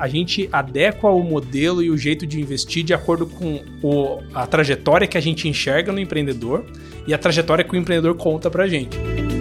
a gente adequa o modelo e o jeito de investir de acordo com a trajetória que a gente enxerga no empreendedor e a trajetória que o empreendedor conta pra gente.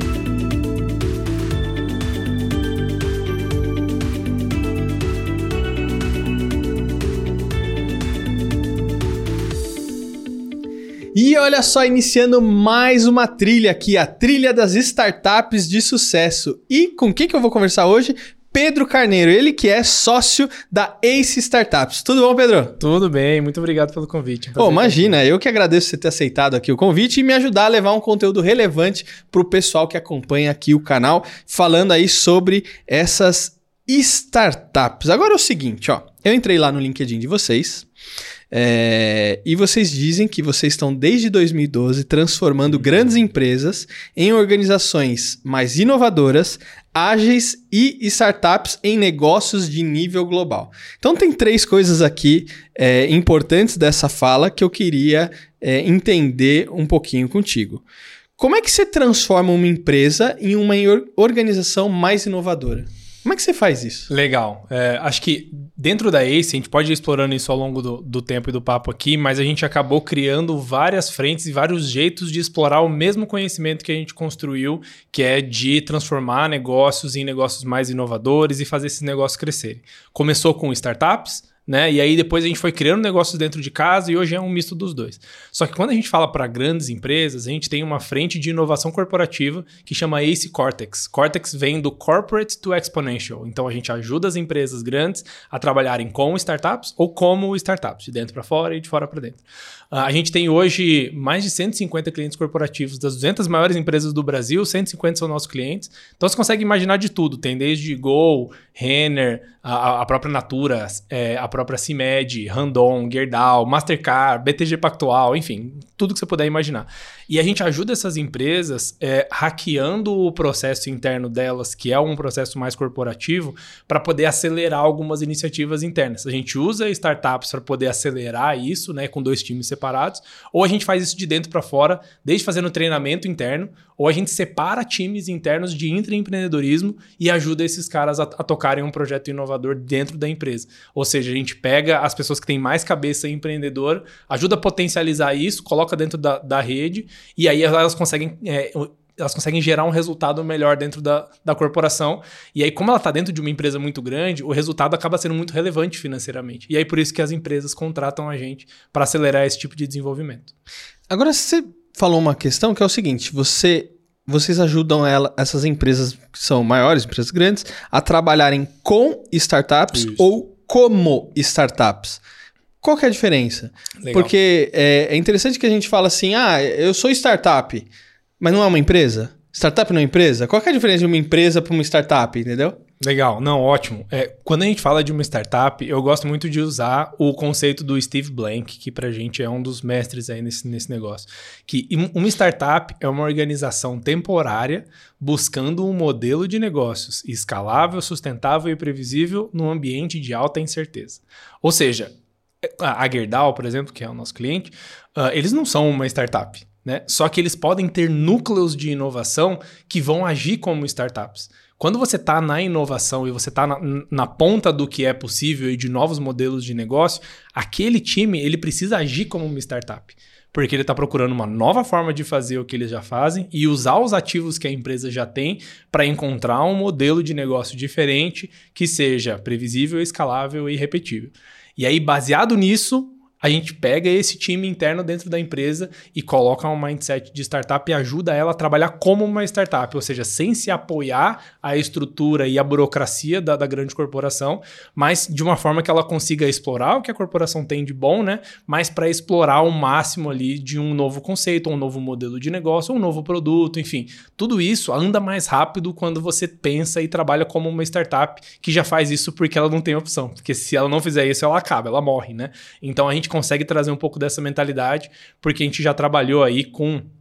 E olha só, iniciando mais uma trilha aqui, a trilha das startups de sucesso. E com quem que eu vou conversar hoje? Pedro Carneiro, ele que é sócio da Ace Startups. Tudo bom, Pedro? Tudo bem, muito obrigado pelo convite. Imagina, eu que agradeço você ter aceitado aqui o convite e me ajudar a levar um conteúdo relevante para o pessoal que acompanha aqui o canal, falando aí sobre essas startups. Agora é o seguinte, ó, eu entrei lá no LinkedIn de vocês... e vocês dizem que vocês estão desde 2012 transformando grandes empresas em organizações mais inovadoras, ágeis e startups em negócios de nível global. Então tem 3 coisas aqui importantes dessa fala que eu queria entender um pouquinho contigo. Como é que você transforma uma empresa em uma organização mais inovadora? Como é que você faz isso? Legal. Acho que dentro da Ace, a gente pode ir explorando isso ao longo do tempo e do papo aqui, mas a gente acabou criando várias frentes e vários jeitos de explorar o mesmo conhecimento que a gente construiu, que é de transformar negócios em negócios mais inovadores e fazer esses negócios crescerem. Começou com startups, né? E aí depois a gente foi criando negócios dentro de casa e hoje é um misto dos dois. Só que quando a gente fala para grandes empresas, a gente tem uma frente de inovação corporativa que chama Ace Cortex. Cortex vem do Corporate to Exponential. Então a gente ajuda as empresas grandes a trabalharem com startups ou como startups, de dentro para fora e de fora para dentro. A gente tem hoje mais de 150 clientes corporativos das 200 maiores empresas do Brasil, 150 são nossos clientes. Então você consegue imaginar de tudo. Tem desde Gol, Renner, a própria Natura, a própria CIMED, Randon, Gerdau, Mastercard, BTG Pactual, enfim, tudo que você puder imaginar. E a gente ajuda essas empresas hackeando o processo interno delas, que é um processo mais corporativo, para poder acelerar algumas iniciativas internas. A gente usa startups para poder acelerar isso, né, com 2 times separados, ou a gente faz isso de dentro para fora, desde fazendo treinamento interno, ou a gente separa times internos de intraempreendedorismo e ajuda esses caras a tocarem um projeto inovador dentro da empresa. Ou seja, a gente pega as pessoas que têm mais cabeça empreendedora, ajuda a potencializar isso, coloca dentro da rede e aí elas conseguem gerar um resultado melhor dentro da corporação. E aí, como ela está dentro de uma empresa muito grande, o resultado acaba sendo muito relevante financeiramente. E aí, por isso que as empresas contratam a gente para acelerar esse tipo de desenvolvimento. Agora, você falou uma questão que é o seguinte, vocês ajudam essas empresas que são maiores, empresas grandes, a trabalharem com startups ou como startups. Qual que é a diferença? Legal. Porque é interessante que a gente fala assim, eu sou startup, mas não é uma empresa? Startup não é empresa? Qual que é a diferença de uma empresa para uma startup, entendeu? Legal, não, ótimo. Quando a gente fala de uma startup, eu gosto muito de usar o conceito do Steve Blank, que pra gente é um dos mestres aí nesse negócio. Que uma startup é uma organização temporária buscando um modelo de negócios escalável, sustentável e previsível num ambiente de alta incerteza. Ou seja, a Gerdau, por exemplo, que é o nosso cliente, eles não são uma startup, né? Só que eles podem ter núcleos de inovação que vão agir como startups. Quando você está na inovação e você está na ponta do que é possível e de novos modelos de negócio, aquele time ele precisa agir como uma startup. Porque ele está procurando uma nova forma de fazer o que eles já fazem e usar os ativos que a empresa já tem para encontrar um modelo de negócio diferente que seja previsível, escalável e repetível. E aí, baseado nisso, a gente pega esse time interno dentro da empresa e coloca um mindset de startup e ajuda ela a trabalhar como uma startup, ou seja, sem se apoiar à estrutura e à burocracia da grande corporação, mas de uma forma que ela consiga explorar o que a corporação tem de bom, né? Mas para explorar o máximo ali de um novo conceito, um novo modelo de negócio, um novo produto, enfim. Tudo isso anda mais rápido quando você pensa e trabalha como uma startup que já faz isso porque ela não tem opção. Porque se ela não fizer isso, ela acaba, ela morre, né? Então a gente consegue trazer um pouco dessa mentalidade, porque a gente já trabalhou aí com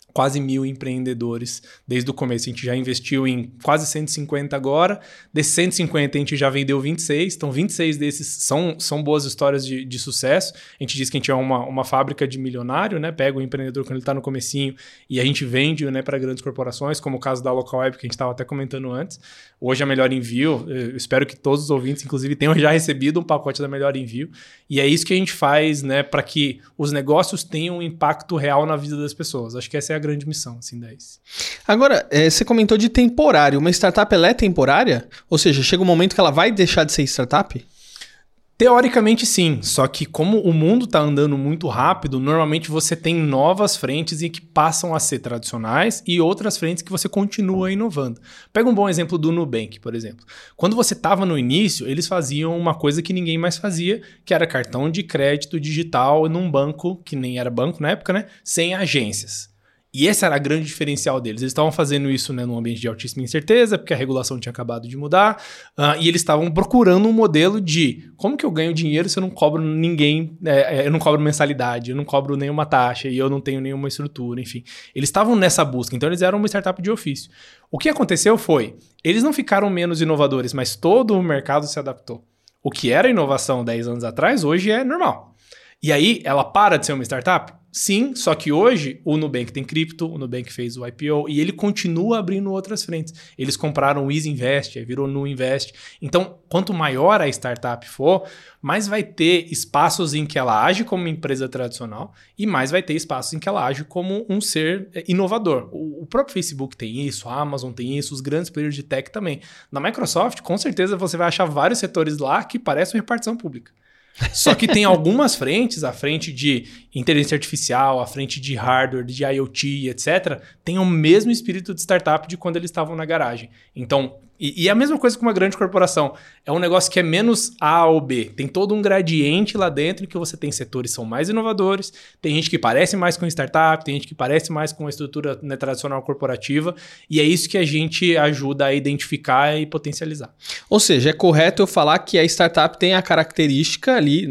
quase 1.000 empreendedores desde o começo. A gente já investiu em quase 150 agora. Desses 150, a gente já vendeu 26. Então, 26 desses são boas histórias de sucesso. A gente diz que a gente é uma fábrica de milionário, né? Pega o empreendedor quando ele está no comecinho e a gente vende, né, para grandes corporações, como o caso da Local Web, que a gente estava até comentando antes. Hoje, a Melhor Envio, eu espero que todos os ouvintes, inclusive, tenham já recebido um pacote da Melhor Envio. E é isso que a gente faz, né, para que os negócios tenham um impacto real na vida das pessoas. Acho que essa é a grande missão, assim, da ACE. Agora, você comentou de temporário. Uma startup, ela é temporária? Ou seja, chega um momento que ela vai deixar de ser startup? Teoricamente, sim. Só que como o mundo está andando muito rápido, normalmente você tem novas frentes e que passam a ser tradicionais e outras frentes que você continua inovando. Pega um bom exemplo do Nubank, por exemplo. Quando você estava no início, eles faziam uma coisa que ninguém mais fazia, que era cartão de crédito digital num banco, que nem era banco na época, né? Sem agências. E esse era o grande diferencial deles. Eles estavam fazendo isso, né, num ambiente de altíssima incerteza, porque a regulação tinha acabado de mudar, e eles estavam procurando um modelo de como que eu ganho dinheiro se eu não cobro ninguém, eu não cobro mensalidade, eu não cobro nenhuma taxa e eu não tenho nenhuma estrutura, enfim. Eles estavam nessa busca, então eles eram uma startup de ofício. O que aconteceu foi, eles não ficaram menos inovadores, mas todo o mercado se adaptou. O que era inovação 10 anos atrás, hoje é normal. E aí, ela para de ser uma startup? Sim, só que hoje o Nubank tem cripto, o Nubank fez o IPO e ele continua abrindo outras frentes. Eles compraram o Easy Invest, aí virou Nu Invest. Então, quanto maior a startup for, mais vai ter espaços em que ela age como uma empresa tradicional e mais vai ter espaços em que ela age como um ser inovador. O próprio Facebook tem isso, a Amazon tem isso, os grandes players de tech também. Na Microsoft, com certeza você vai achar vários setores lá que parecem repartição pública. Só que tem algumas frentes, a frente de inteligência artificial, a frente de hardware, de IoT, etc., tem o mesmo espírito de startup de quando eles estavam na garagem. Então, e a mesma coisa com uma grande corporação. É um negócio que é menos A ou B. Tem todo um gradiente lá dentro em que você tem setores que são mais inovadores, tem gente que parece mais com startup, tem gente que parece mais com a estrutura, né, tradicional corporativa, e é isso que a gente ajuda a identificar e potencializar. Ou seja, é correto eu falar que a startup tem a característica ali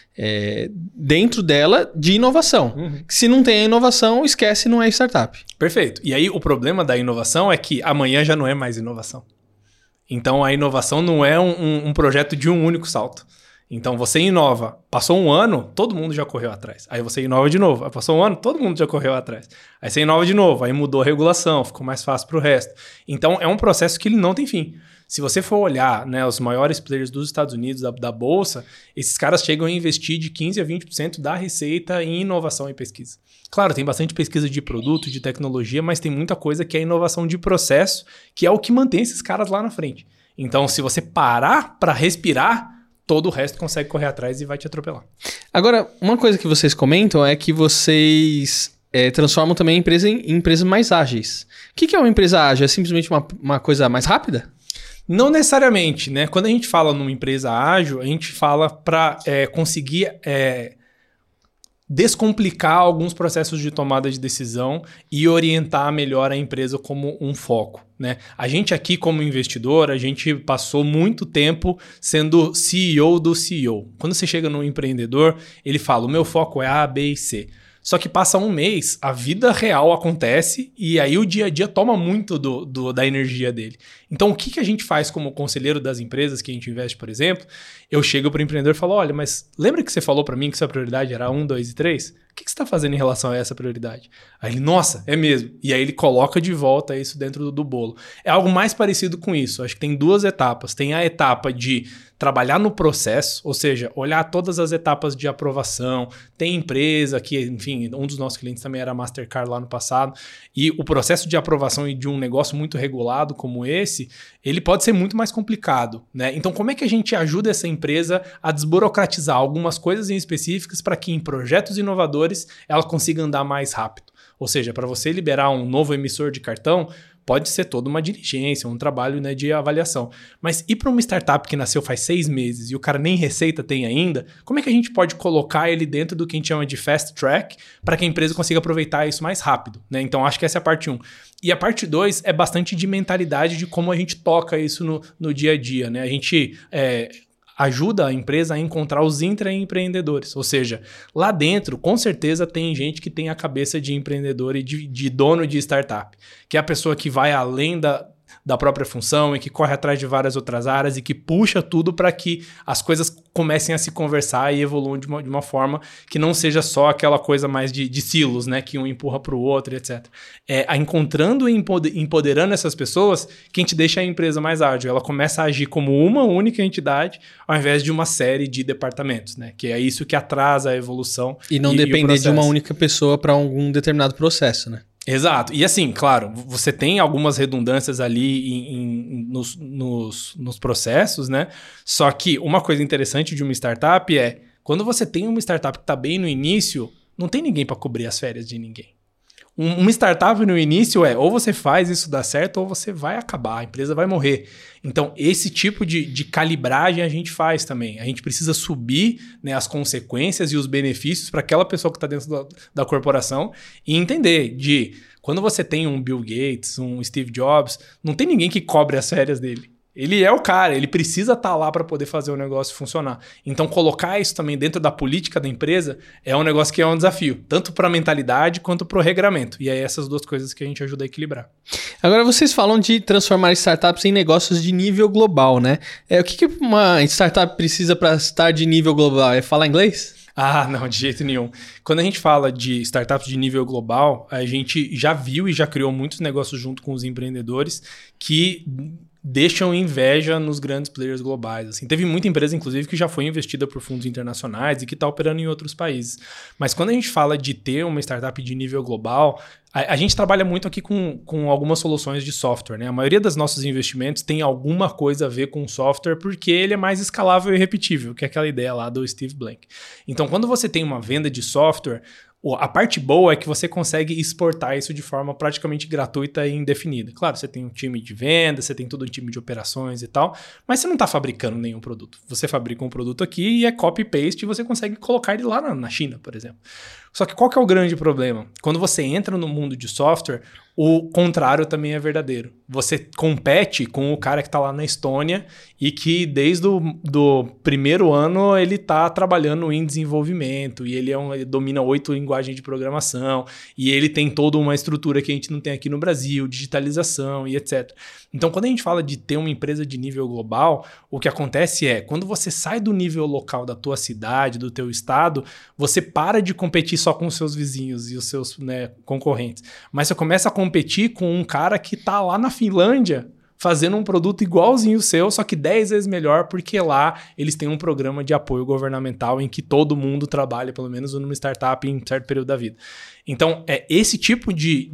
dentro dela de inovação. Uhum. Se não tem a inovação, esquece, não é startup. Perfeito. E aí o problema da inovação é que amanhã já não é mais inovação. Então a inovação não é um projeto de um único salto. Então você inova, passou um ano, todo mundo já correu atrás. Aí você inova de novo, aí passou um ano, todo mundo já correu atrás. Aí você inova de novo, aí mudou a regulação, ficou mais fácil para o resto. Então é um processo que ele não tem fim. Se você for olhar, né, os maiores players dos Estados Unidos, da Bolsa, esses caras chegam a investir de 15% a 20% da receita em inovação e pesquisa. Claro, tem bastante pesquisa de produto, de tecnologia, mas tem muita coisa que é inovação de processo, que é o que mantém esses caras lá na frente. Então, se você parar para respirar, todo o resto consegue correr atrás e vai te atropelar. Agora, uma coisa que vocês comentam é que vocês transformam também a empresa em empresas mais ágeis. O que é uma empresa ágil? É simplesmente uma coisa mais rápida? Não necessariamente, né? Quando a gente fala numa empresa ágil, a gente fala para conseguir descomplicar alguns processos de tomada de decisão e orientar melhor a empresa como um foco, né? A gente aqui, como investidor, a gente passou muito tempo sendo CEO do CEO. Quando você chega num empreendedor, ele fala, o meu foco é A, B e C. Só que passa um mês, a vida real acontece e aí o dia a dia toma muito da energia dele. Então, o que a gente faz como conselheiro das empresas que a gente investe, por exemplo? Eu chego para o empreendedor e falo, olha, mas lembra que você falou para mim que sua prioridade era 1, 2 e 3? O que você está fazendo em relação a essa prioridade? Aí ele, nossa, é mesmo. E aí ele coloca de volta isso dentro do bolo. É algo mais parecido com isso. Acho que tem 2 etapas. Tem a etapa de trabalhar no processo, ou seja, olhar todas as etapas de aprovação. Tem empresa que, enfim, um dos nossos clientes também era a Mastercard lá no passado, e o processo de aprovação de um negócio muito regulado como esse, ele pode ser muito mais complicado, né? Então, como é que a gente ajuda essa empresa a desburocratizar algumas coisas em específicas para que em projetos inovadores ela consiga andar mais rápido? Ou seja, para você liberar um novo emissor de cartão, pode ser toda uma diligência, um trabalho, né, de avaliação. Mas ir para uma startup que nasceu faz 6 meses e o cara nem receita tem ainda, como é que a gente pode colocar ele dentro do que a gente chama de fast track para que a empresa consiga aproveitar isso mais rápido, né? Então, acho que essa é a parte 1. E a parte 2 é bastante de mentalidade de como a gente toca isso no dia a dia, né? A gente... ajuda a empresa a encontrar os intraempreendedores. Ou seja, lá dentro, com certeza, tem gente que tem a cabeça de empreendedor e de dono de startup, que é a pessoa que vai além da própria função e que corre atrás de várias outras áreas e que puxa tudo para que as coisas comecem a se conversar e evoluam de uma forma que não seja só aquela coisa mais de silos, né? Que um empurra para o outro, etc. Encontrando e empoderando essas pessoas, que a gente deixa a empresa mais ágil. Ela começa a agir como uma única entidade ao invés de uma série de departamentos, né? Que é isso que atrasa a evolução. E não depender de uma única pessoa para algum determinado processo, né? Exato. E assim, claro, você tem algumas redundâncias ali nos processos, né? Só que uma coisa interessante de uma startup é, quando você tem uma startup que está bem no início, não tem ninguém para cobrir as férias de ninguém. Uma startup no início ou você faz isso dar certo ou você vai acabar, a empresa vai morrer. Então, esse tipo de calibragem a gente faz também. A gente precisa subir, né, as consequências e os benefícios para aquela pessoa que está dentro da corporação e entender quando você tem um Bill Gates, um Steve Jobs, não tem ninguém que cobre as férias dele. Ele é o cara, ele precisa estar lá para poder fazer o negócio funcionar. Então, colocar isso também dentro da política da empresa é um negócio que é um desafio, tanto para a mentalidade quanto para o regramento. E é essas duas coisas que a gente ajuda a equilibrar. Agora, vocês falam de transformar startups em negócios de nível global, né? O que uma startup precisa para estar de nível global? É falar inglês? Ah, não, de jeito nenhum. Quando a gente fala de startups de nível global, a gente já viu e já criou muitos negócios junto com os empreendedores que deixam inveja nos grandes players globais. Assim, teve muita empresa, inclusive, que já foi investida por fundos internacionais e que está operando em outros países. Mas quando a gente fala de ter uma startup de nível global, a gente trabalha muito aqui com algumas soluções de software, né? A maioria dos nossos investimentos tem alguma coisa a ver com software porque ele é mais escalável e repetível, que é aquela ideia lá do Steve Blank. Então, quando você tem uma venda de software, a parte boa é que você consegue exportar isso de forma praticamente gratuita e indefinida. Claro, você tem um time de venda, você tem todo um time de operações e tal, mas você não está fabricando nenhum produto. Você fabrica um produto aqui e é copy-paste e você consegue colocar ele lá na China, por exemplo. Só que qual que é o grande problema? Quando você entra no mundo de software, o contrário também é verdadeiro. Você compete com o cara que está lá na Estônia e que desde do primeiro ano ele está trabalhando em desenvolvimento e ele domina 8 linguagens de programação e ele tem toda uma estrutura que a gente não tem aqui no Brasil, digitalização e etc. Então, quando a gente fala de ter uma empresa de nível global, o que acontece é, quando você sai do nível local da tua cidade, do teu estado, você para de competir só com os seus vizinhos e os seus, né, concorrentes. Mas você começa a competir com um cara que está lá na Finlândia fazendo um produto igualzinho o seu, só que 10 vezes melhor, porque lá eles têm um programa de apoio governamental em que todo mundo trabalha, pelo menos numa startup, em um certo período da vida. Então, esse tipo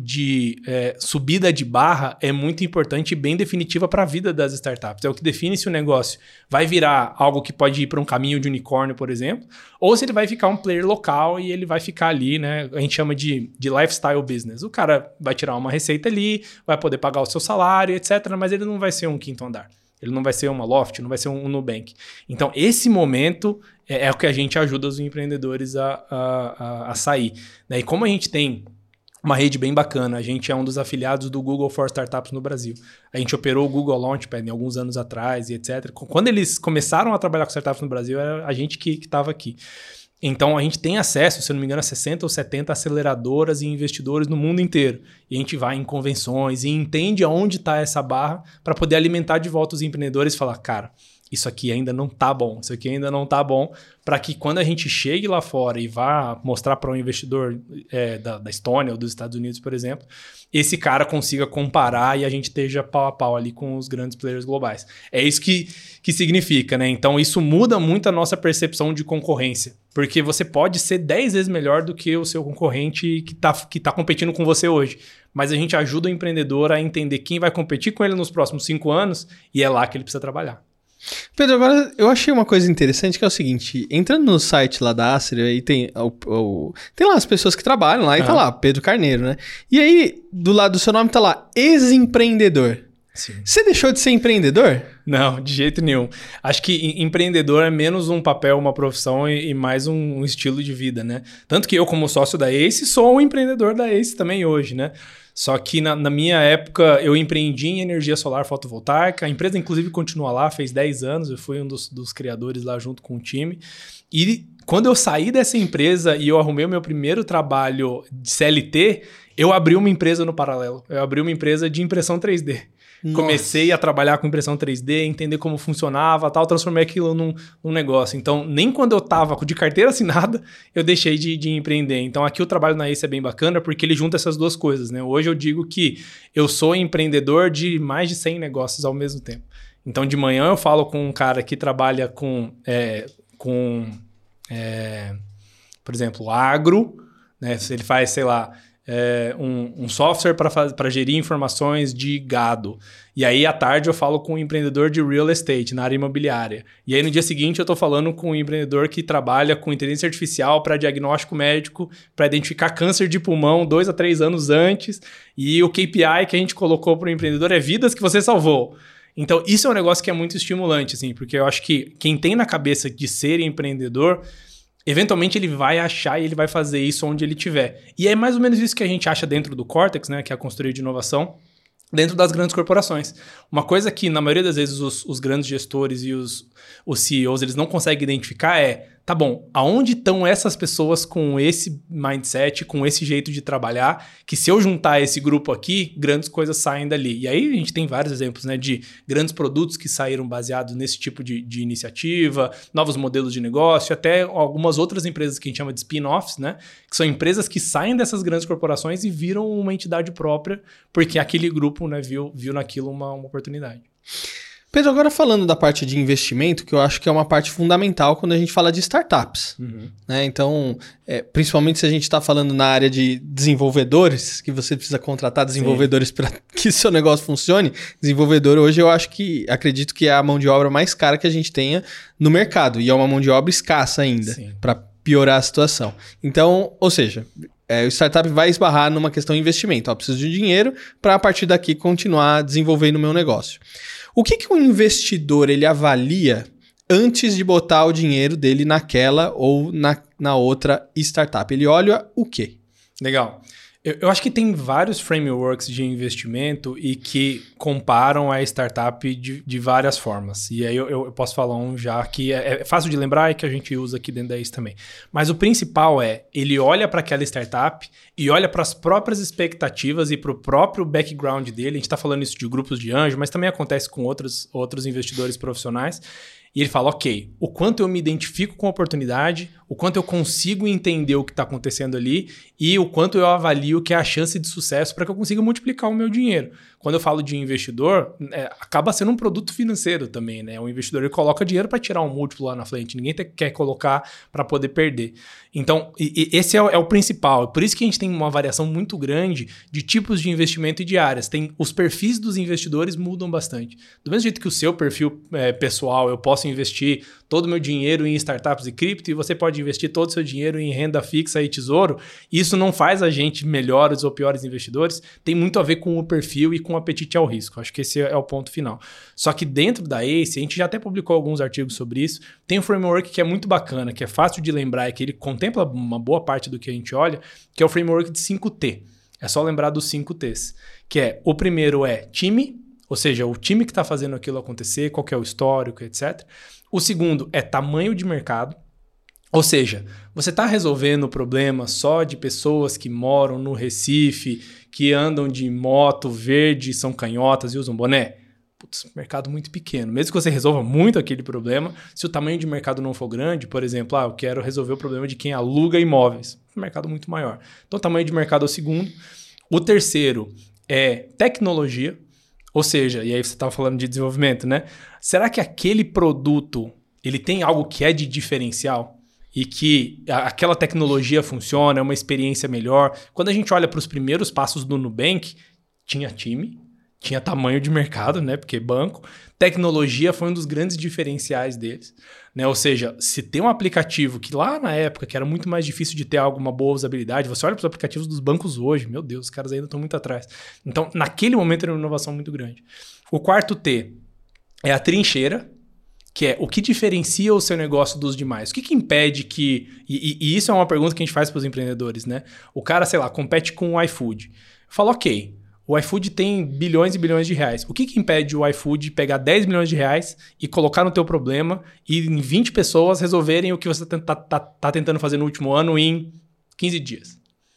de subida de barra é muito importante e bem definitiva para a vida das startups. É o que define se o negócio vai virar algo que pode ir para um caminho de unicórnio, por exemplo, ou se ele vai ficar um player local e ele vai ficar ali, né? A gente chama de lifestyle business. O cara vai tirar uma receita ali, vai poder pagar o seu salário, etc., mas ele não vai ser um quinto andar. Ele não vai ser uma Loft, não vai ser um Nubank. Então, esse momento é o que a gente ajuda os empreendedores a sair. E como a gente tem uma rede bem bacana, a gente é um dos afiliados do Google for Startups no Brasil. A gente operou o Google Launchpad alguns anos atrás e etc. Quando eles começaram a trabalhar com startups no Brasil, era a gente que estava aqui. Então, a gente tem acesso, se eu não me engano, a 60 ou 70 aceleradoras e investidores no mundo inteiro. E a gente vai em convenções e entende aonde está essa barra para poder alimentar de volta os empreendedores e falar, cara, isso aqui ainda não está bom, isso aqui ainda não está bom, para que quando a gente chegue lá fora e vá mostrar para um investidor da Estônia ou dos Estados Unidos, por exemplo, esse cara consiga comparar e a gente esteja pau a pau ali com os grandes players globais. É isso que significa, né? Então, isso muda muito a nossa percepção de concorrência, porque você pode ser 10 vezes melhor do que o seu concorrente que tá competindo com você hoje. Mas a gente ajuda o empreendedor a entender quem vai competir com ele nos próximos 5 anos e é lá que ele precisa trabalhar. Pedro, agora eu achei uma coisa interessante que é o seguinte, entrando no site lá da Acer, aí tem lá as pessoas que trabalham lá e tá lá, Pedro Carneiro, né? E aí, do lado do seu nome tá lá, ex-empreendedor. Sim. Você deixou de ser empreendedor? Não, de jeito nenhum. Acho que empreendedor é menos um papel, uma profissão e mais um estilo de vida, né? Tanto que eu, como sócio da Ace, sou um empreendedor da Ace também hoje, né? Só que na minha época eu empreendi em energia solar fotovoltaica. A empresa, inclusive, continua lá, fez 10 anos. Eu fui um dos criadores lá junto com o time. E quando eu saí dessa empresa e eu arrumei o meu primeiro trabalho de CLT, eu abri uma empresa no paralelo. Eu abri uma empresa de impressão 3D. Nossa. Comecei a trabalhar com impressão 3D, entender como funcionava, tal, transformei aquilo num negócio. Então, nem quando eu estava de carteira assinada, eu deixei de empreender. Então, aqui o trabalho na Ace é bem bacana, porque ele junta essas duas coisas, né? Hoje eu digo que eu sou empreendedor de mais de 100 negócios ao mesmo tempo. Então, de manhã eu falo com um cara que trabalha por exemplo, agro, né? Se ele faz, sei lá, um software para gerir informações de gado. E aí, à tarde, eu falo com um empreendedor de real estate, na área imobiliária. E aí, no dia seguinte, eu estou falando com um empreendedor que trabalha com inteligência artificial para diagnóstico médico, para identificar câncer de pulmão 2 a 3 anos antes. E o KPI que a gente colocou para o empreendedor é vidas que você salvou. Então, isso é um negócio que é muito estimulante, assim, porque eu acho que quem tem na cabeça de ser empreendedor, eventualmente ele vai achar e ele vai fazer isso onde ele estiver. E é mais ou menos isso que a gente acha dentro do Cortex, né, que é a consultoria de inovação, dentro das grandes corporações. Uma coisa que, na maioria das vezes, os grandes gestores e os CEOs eles não conseguem identificar tá bom, aonde estão essas pessoas com esse mindset, com esse jeito de trabalhar, que se eu juntar esse grupo aqui, grandes coisas saem dali. E aí a gente tem vários exemplos, né, de grandes produtos que saíram baseados nesse tipo de iniciativa, novos modelos de negócio, até algumas outras empresas que a gente chama de spin-offs, né, que são empresas que saem dessas grandes corporações e viram uma entidade própria, porque aquele grupo, né, viu naquilo uma oportunidade. Pedro, agora falando da parte de investimento, que eu acho que é uma parte fundamental quando a gente fala de startups. Uhum. Né? Então, principalmente se a gente está falando na área de desenvolvedores, que você precisa contratar desenvolvedores para que seu negócio funcione. Desenvolvedor hoje acredito que é a mão de obra mais cara que a gente tenha no mercado. E é uma mão de obra escassa ainda, para piorar a situação. Então, ou seja, o startup vai esbarrar numa questão de investimento. Preciso de dinheiro para a partir daqui continuar desenvolvendo o meu negócio. O que um investidor ele avalia antes de botar o dinheiro dele naquela ou na outra startup? Ele olha o quê? Legal. Eu acho que tem vários frameworks de investimento e que comparam a startup de várias formas. E aí eu posso falar um já que é fácil de lembrar e que a gente usa aqui dentro da Ace também. Mas o principal ele olha para aquela startup e olha para as próprias expectativas e para o próprio background dele. A gente está falando isso de grupos de anjo, mas também acontece com outros investidores profissionais. E ele fala, ok, o quanto eu me identifico com a oportunidade, o quanto eu consigo entender o que está acontecendo ali e o quanto eu avalio que é a chance de sucesso para que eu consiga multiplicar o meu dinheiro. Quando eu falo de investidor, acaba sendo um produto financeiro também, né? O investidor ele coloca dinheiro para tirar um múltiplo lá na frente. Ninguém quer colocar para poder perder. Então, esse é o principal. Por isso que a gente tem uma variação muito grande de tipos de investimento e de áreas. Os perfis dos investidores mudam bastante. Do mesmo jeito que o seu perfil pessoal, eu posso investir todo o meu dinheiro em startups e cripto e você pode investir todo o seu dinheiro em renda fixa e tesouro. Isso não faz a gente melhores ou piores investidores. Tem muito a ver com o perfil e com o apetite ao risco. Acho que esse é o ponto final. Só que dentro da Ace, a gente já até publicou alguns artigos sobre isso. Tem um framework que é muito bacana, que é fácil de lembrar e que ele contempla uma boa parte do que a gente olha, que é o framework de 5T. É só lembrar dos 5Ts. Que o primeiro é time, ou seja, o time que está fazendo aquilo acontecer, qual que é o histórico, etc. O segundo é tamanho de mercado. Ou seja, você está resolvendo o problema só de pessoas que moram no Recife, que andam de moto verde, são canhotas e usam boné? Putz, mercado muito pequeno. Mesmo que você resolva muito aquele problema, se o tamanho de mercado não for grande, por exemplo, eu quero resolver o problema de quem aluga imóveis. Um mercado muito maior. Então, o tamanho de mercado é o segundo. O terceiro é tecnologia. Ou seja, e aí você estava falando de desenvolvimento, né? Será que aquele produto ele tem algo que é de diferencial? E que aquela tecnologia funciona, é uma experiência melhor. Quando a gente olha para os primeiros passos do Nubank, tinha time, tinha tamanho de mercado, né? Porque banco. Tecnologia foi um dos grandes diferenciais deles, né? Ou seja, se tem um aplicativo que lá na época, que era muito mais difícil de ter alguma boa usabilidade, você olha para os aplicativos dos bancos hoje, meu Deus, os caras ainda estão muito atrás. Então, naquele momento era uma inovação muito grande. O quarto T é a trincheira, que é o que diferencia o seu negócio dos demais. O que impede que... E isso é uma pergunta que a gente faz para os empreendedores, né? O cara, sei lá, compete com o iFood. Fala, ok, o iFood tem bilhões e bilhões de reais. O que impede o iFood de pegar 10 milhões de reais e colocar no teu problema e em 20 pessoas resolverem o que você tá tentando fazer no último ano em 15 dias?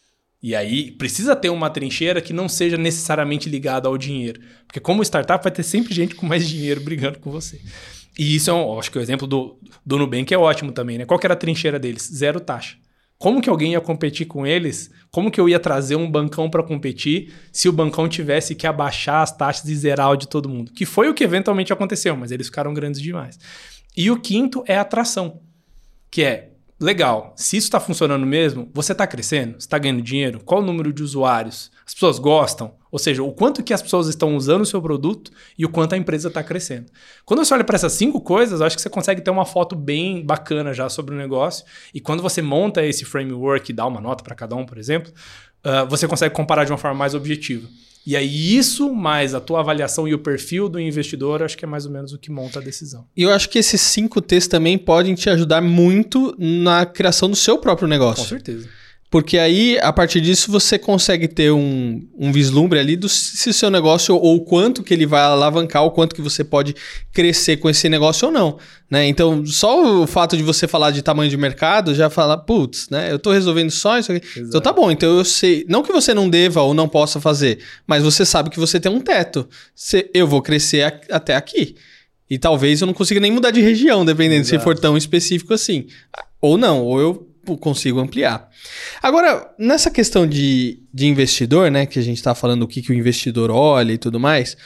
E aí precisa ter uma trincheira que não seja necessariamente ligada ao dinheiro. Porque como startup vai ter sempre gente com mais dinheiro brigando com você. E isso acho que o exemplo do Nubank é ótimo também, né? Qual que era a trincheira deles? Zero taxa. Como que alguém ia competir com eles? Como que eu ia trazer um bancão para competir se o bancão tivesse que abaixar as taxas e zerar o de todo mundo? Que foi o que eventualmente aconteceu, mas eles ficaram grandes demais. E o quinto é a atração, que é, legal, se isso está funcionando mesmo, você está crescendo? Você está ganhando dinheiro? Qual o número de usuários? As pessoas gostam? Ou seja, o quanto que as pessoas estão usando o seu produto e o quanto a empresa está crescendo. Quando você olha para essas 5 coisas, eu acho que você consegue ter uma foto bem bacana já sobre o negócio. E quando você monta esse framework e dá uma nota para cada um, por exemplo, você consegue comparar de uma forma mais objetiva. E aí isso, mais a tua avaliação e o perfil do investidor, acho que é mais ou menos o que monta a decisão. E eu acho que esses 5 T's também podem te ajudar muito na criação do seu próprio negócio. Com certeza. Porque aí, a partir disso, você consegue ter um vislumbre ali se o seu negócio ou o quanto que ele vai alavancar, o quanto que você pode crescer com esse negócio ou não, né? Então, só o fato de você falar de tamanho de mercado já fala, putz, né? Eu tô resolvendo só isso aqui. Exato. Então tá bom, então eu sei, não que você não deva ou não possa fazer, mas você sabe que você tem um teto. Eu vou crescer até aqui. E talvez eu não consiga nem mudar de região, dependendo se for tão específico assim. Ou não, ou eu consigo ampliar. Agora, nessa questão de investidor, né, que a gente está falando o que o investidor olha e tudo mais,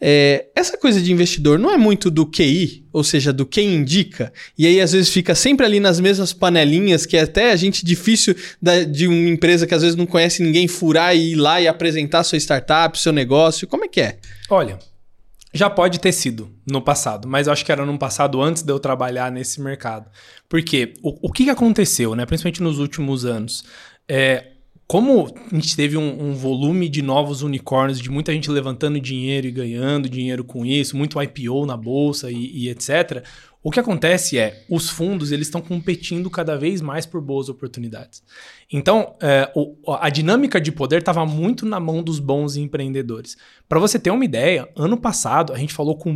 essa coisa de investidor não é muito do QI, ou seja, do quem indica, e aí às vezes fica sempre ali nas mesmas panelinhas, que é até a gente difícil de uma empresa que às vezes não conhece ninguém furar e ir lá e apresentar sua startup, seu negócio, como é que é? Olha, já pode ter sido no passado, mas eu acho que era no passado antes de eu trabalhar nesse mercado. Porque o que aconteceu, né? Principalmente nos últimos anos? Como a gente teve um volume de novos unicórnios, de muita gente levantando dinheiro e ganhando dinheiro com isso, muito IPO na bolsa e etc., o que acontece é, os fundos eles estão competindo cada vez mais por boas oportunidades. Então, a dinâmica de poder estava muito na mão dos bons empreendedores. Para você ter uma ideia, ano passado a gente falou com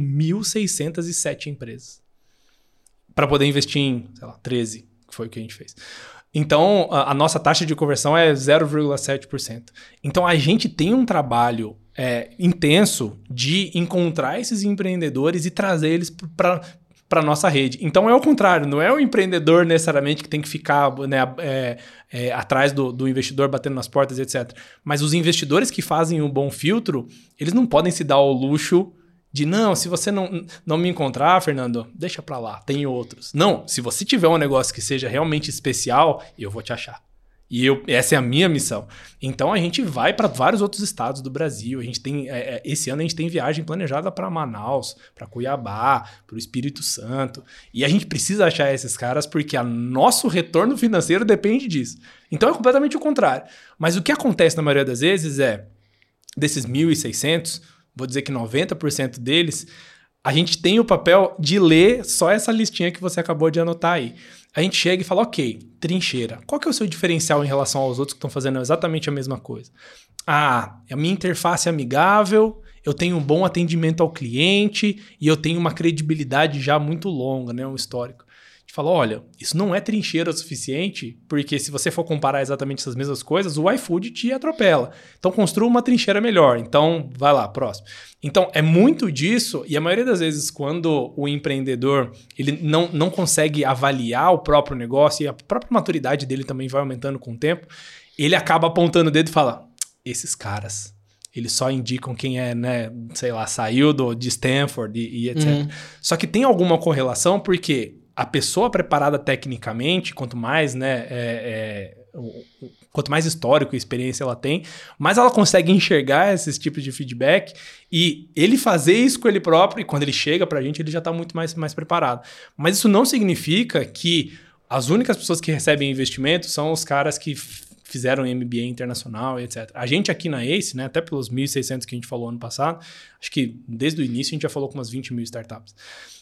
1.607 empresas para poder investir em, sei lá, 13, que foi o que a gente fez. Então, a nossa taxa de conversão é 0,7%. Então, a gente tem um trabalho intenso de encontrar esses empreendedores e trazer eles para a nossa rede. Então, é o contrário. Não é o empreendedor necessariamente que tem que ficar, né, atrás do investidor, batendo nas portas, etc. Mas os investidores que fazem um bom filtro, eles não podem se dar ao luxo de, não, se você não me encontrar, Fernando, deixa pra lá, tem outros. Não, se você tiver um negócio que seja realmente especial, eu vou te achar. E essa é a minha missão. Então a gente vai para vários outros estados do Brasil. A gente tem, esse ano a gente tem viagem planejada para Manaus, para Cuiabá, para o Espírito Santo. E a gente precisa achar esses caras porque o nosso retorno financeiro depende disso. Então é completamente o contrário. Mas o que acontece na maioria das vezes desses 1.600... vou dizer que 90% deles, a gente tem o papel de ler só essa listinha que você acabou de anotar aí. A gente chega e fala, ok, trincheira. Qual que é o seu diferencial em relação aos outros que estão fazendo exatamente a mesma coisa? A minha interface é amigável, eu tenho um bom atendimento ao cliente e eu tenho uma credibilidade já muito longa, né, um histórico. A gente fala, olha, isso não é trincheira o suficiente, porque se você for comparar exatamente essas mesmas coisas, o iFood te atropela. Então, construa uma trincheira melhor. Então, vai lá, próximo. Então, é muito disso, e a maioria das vezes, quando o empreendedor ele não consegue avaliar o próprio negócio, e a própria maturidade dele também vai aumentando com o tempo, ele acaba apontando o dedo e fala, esses caras, eles só indicam quem é, né, sei lá, saiu de Stanford e etc. Só que tem alguma correlação, porque a pessoa preparada tecnicamente, quanto mais, né, quanto mais histórico e experiência ela tem, mais ela consegue enxergar esses tipos de feedback e ele fazer isso com ele próprio, e quando ele chega pra gente, ele já tá muito mais preparado. Mas isso não significa que as únicas pessoas que recebem investimento são os caras que fizeram MBA internacional e etc. A gente aqui na ACE, né, até pelos 1.600 que a gente falou ano passado, acho que desde o início a gente já falou com umas 20 mil startups.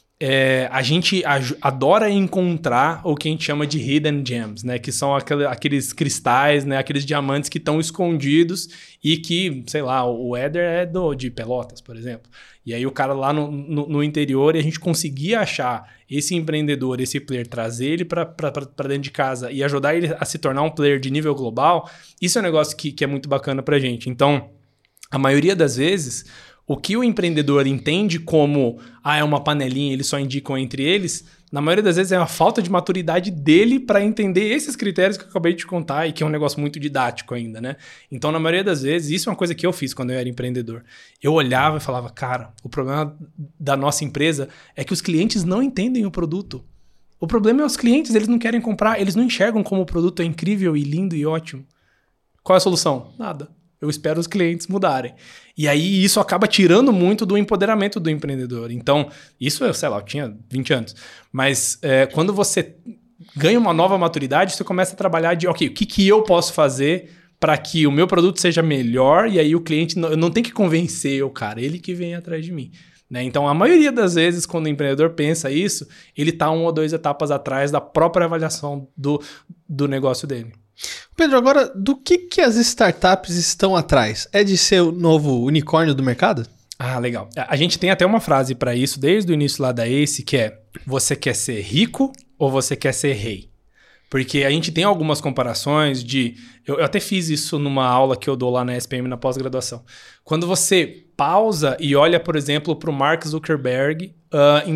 A gente adora encontrar o que a gente chama de hidden gems, né? Que são aqueles cristais, né? Aqueles diamantes que estão escondidos e que, sei lá, o Éder é de Pelotas, por exemplo. E aí o cara lá no interior, e a gente conseguir achar esse empreendedor, esse player, trazer ele para dentro de casa e ajudar ele a se tornar um player de nível global, isso é um negócio que é muito bacana pra gente. Então, a maioria das vezes, o que o empreendedor entende como é uma panelinha, eles só indicam entre eles, na maioria das vezes é a falta de maturidade dele para entender esses critérios que eu acabei de te contar e que é um negócio muito didático ainda, né? Então, na maioria das vezes, isso é uma coisa que eu fiz quando eu era empreendedor. Eu olhava e falava, cara, o problema da nossa empresa é que os clientes não entendem o produto. O problema é os clientes, eles não querem comprar, eles não enxergam como o produto é incrível e lindo e ótimo. Qual é a solução? Nada. Eu espero os clientes mudarem. E aí isso acaba tirando muito do empoderamento do empreendedor. Então, isso eu, sei lá, eu tinha 20 anos. Mas quando você ganha uma nova maturidade, você começa a trabalhar de, ok, o que eu posso fazer para que o meu produto seja melhor e aí o cliente não tem que convencer o cara, ele que vem atrás de mim. Né? Então, a maioria das vezes, quando o empreendedor pensa isso, ele está 1 ou 2 etapas atrás da própria avaliação do negócio dele. Pedro, agora, do que as startups estão atrás? É de ser o novo unicórnio do mercado? Ah, legal. A gente tem até uma frase para isso desde o início lá da ACE, que é: você quer ser rico ou você quer ser rei? Porque a gente tem algumas comparações de... Eu até fiz isso numa aula que eu dou lá na SPM na pós-graduação. Quando você pausa e olha, por exemplo, para o Mark Zuckerberg em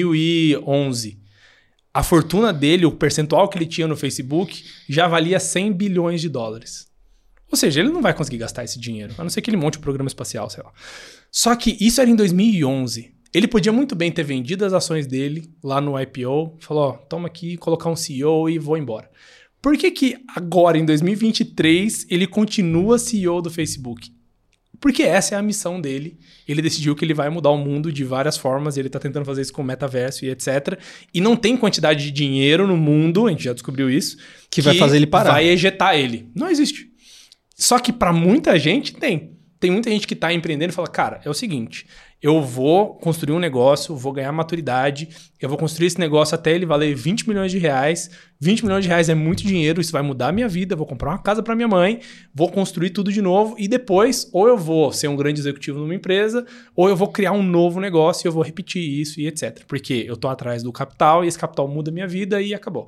2011... A fortuna dele, o percentual que ele tinha no Facebook, já valia 100 bilhões de dólares. Ou seja, ele não vai conseguir gastar esse dinheiro, a não ser que ele monte um programa espacial, sei lá. Só que isso era em 2011. Ele podia muito bem ter vendido as ações dele lá no IPO, falou, toma aqui, colocar um CEO e vou embora. Por que agora, em 2023, ele continua CEO do Facebook? Porque essa é a missão dele. Ele decidiu que ele vai mudar o mundo de várias formas, e ele está tentando fazer isso com o metaverso e etc. E não tem quantidade de dinheiro no mundo, a gente já descobriu isso, que vai fazer ele parar. Vai ejetar ele. Não existe. Só que para muita gente tem. Tem muita gente que está empreendendo e fala, cara, é o seguinte, eu vou construir um negócio, vou ganhar maturidade, eu vou construir esse negócio até ele valer 20 milhões de reais. 20 milhões de reais é muito dinheiro, isso vai mudar a minha vida, vou comprar uma casa para minha mãe, vou construir tudo de novo e depois ou eu vou ser um grande executivo numa empresa ou eu vou criar um novo negócio e eu vou repetir isso e etc. Porque eu tô atrás do capital e esse capital muda a minha vida e acabou.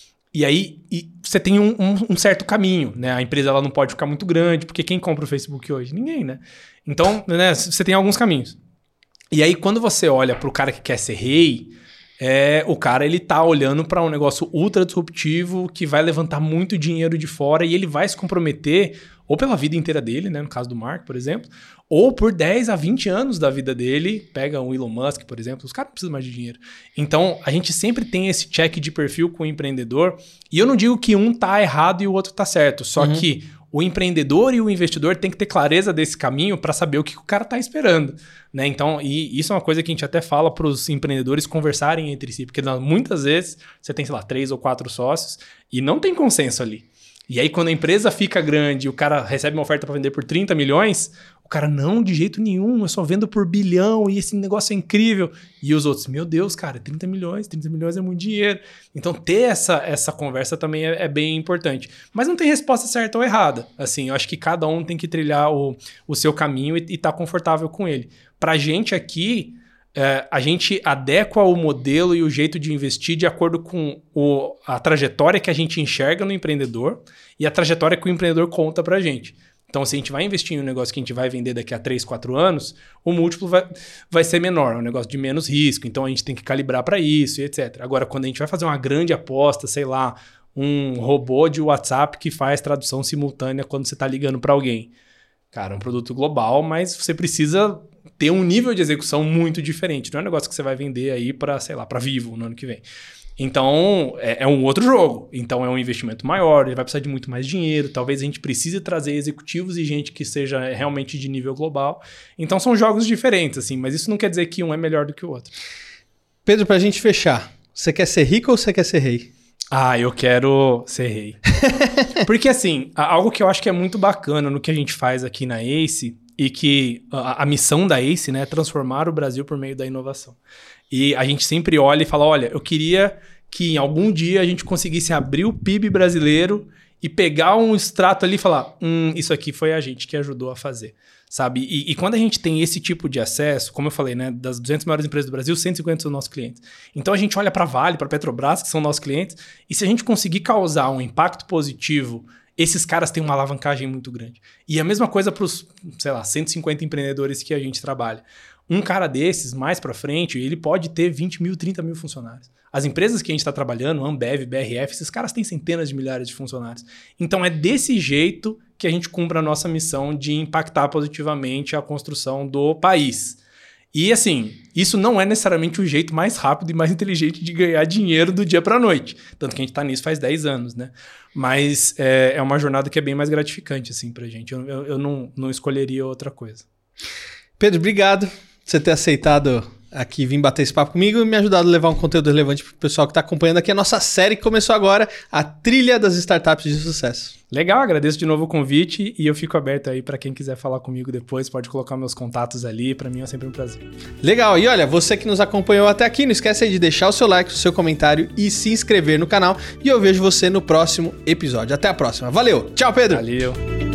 E aí você tem um certo caminho, né? A empresa ela não pode ficar muito grande, porque quem compra o Facebook hoje? Ninguém, né? Então, né, você tem alguns caminhos. E aí, quando você olha para o cara que quer ser rei, o cara ele tá olhando para um negócio ultra disruptivo que vai levantar muito dinheiro de fora e ele vai se comprometer ou pela vida inteira dele, né? No caso do Mark, por exemplo, ou por 10 a 20 anos da vida dele. Pega o Elon Musk, por exemplo, os caras não precisam mais de dinheiro. Então, a gente sempre tem esse check de perfil com o empreendedor. E eu não digo que um tá errado e o outro tá certo. Só que o empreendedor e o investidor tem que ter clareza desse caminho para saber o que o cara tá esperando. Né? Então, e isso é uma coisa que a gente até fala para os empreendedores conversarem entre si. Porque muitas vezes você tem, sei lá, 3 ou 4 sócios e não tem consenso ali. E aí, quando a empresa fica grande e o cara recebe uma oferta para vender por 30 milhões, o cara, não, de jeito nenhum, eu só vendo por bilhão e esse negócio é incrível. E os outros, meu Deus, cara, 30 milhões é muito dinheiro. Então, ter essa conversa também é bem importante. Mas não tem resposta certa ou errada. Assim, eu acho que cada um tem que trilhar o seu caminho e tá confortável com ele. Pra gente aqui... a gente adequa o modelo e o jeito de investir de acordo com a trajetória que a gente enxerga no empreendedor e a trajetória que o empreendedor conta pra gente. Então, se a gente vai investir em um negócio que a gente vai vender daqui a 3, 4 anos, o múltiplo vai ser menor, é um negócio de menos risco, então a gente tem que calibrar para isso e etc. Agora, quando a gente vai fazer uma grande aposta, sei lá, um robô de WhatsApp que faz tradução simultânea quando você está ligando para alguém. Cara, é um produto global, mas você precisa ter um nível de execução muito diferente. Não é um negócio que você vai vender aí para, sei lá, para Vivo no ano que vem. Então, é um outro jogo. Então, é um investimento maior, ele vai precisar de muito mais dinheiro. Talvez a gente precise trazer executivos e gente que seja realmente de nível global. Então, são jogos diferentes, assim, mas isso não quer dizer que um é melhor do que o outro. Pedro, pra gente fechar, você quer ser rico ou você quer ser rei? Eu quero ser rei. Porque, assim, algo que eu acho que é muito bacana no que a gente faz aqui na ACE e que a missão da ACE, né, é transformar o Brasil por meio da inovação. E a gente sempre olha e fala, olha, eu queria que em algum dia a gente conseguisse abrir o PIB brasileiro e pegar um extrato ali e falar, isso aqui foi a gente que ajudou a fazer, sabe? E quando a gente tem esse tipo de acesso, como eu falei, né, das 200 maiores empresas do Brasil, 150 são nossos clientes. Então a gente olha para a Vale, para a Petrobras, que são nossos clientes, e se a gente conseguir causar um impacto positivo, esses caras têm uma alavancagem muito grande. E a mesma coisa para os, 150 empreendedores que a gente trabalha. Um cara desses, mais para frente, ele pode ter 20 mil, 30 mil funcionários. As empresas que a gente está trabalhando, Ambev, BRF, esses caras têm centenas de milhares de funcionários. Então é desse jeito que a gente cumpre a nossa missão de impactar positivamente a construção do país. E assim, isso não é necessariamente o jeito mais rápido e mais inteligente de ganhar dinheiro do dia para a noite. Tanto que a gente está nisso faz 10 anos, né? Mas é uma jornada que é bem mais gratificante assim, para a gente. Eu não escolheria outra coisa. Pedro, obrigado por você ter aceitado aqui vir bater esse papo comigo e me ajudado a levar um conteúdo relevante para o pessoal que está acompanhando aqui a nossa série que começou agora, a Trilha das Startups de Sucesso. Legal, agradeço de novo o convite e eu fico aberto aí para quem quiser falar comigo depois, pode colocar meus contatos ali, para mim é sempre um prazer. Legal, e olha, você que nos acompanhou até aqui, não esquece aí de deixar o seu like, o seu comentário e se inscrever no canal e eu vejo você no próximo episódio. Até a próxima, valeu, tchau Pedro! Valeu!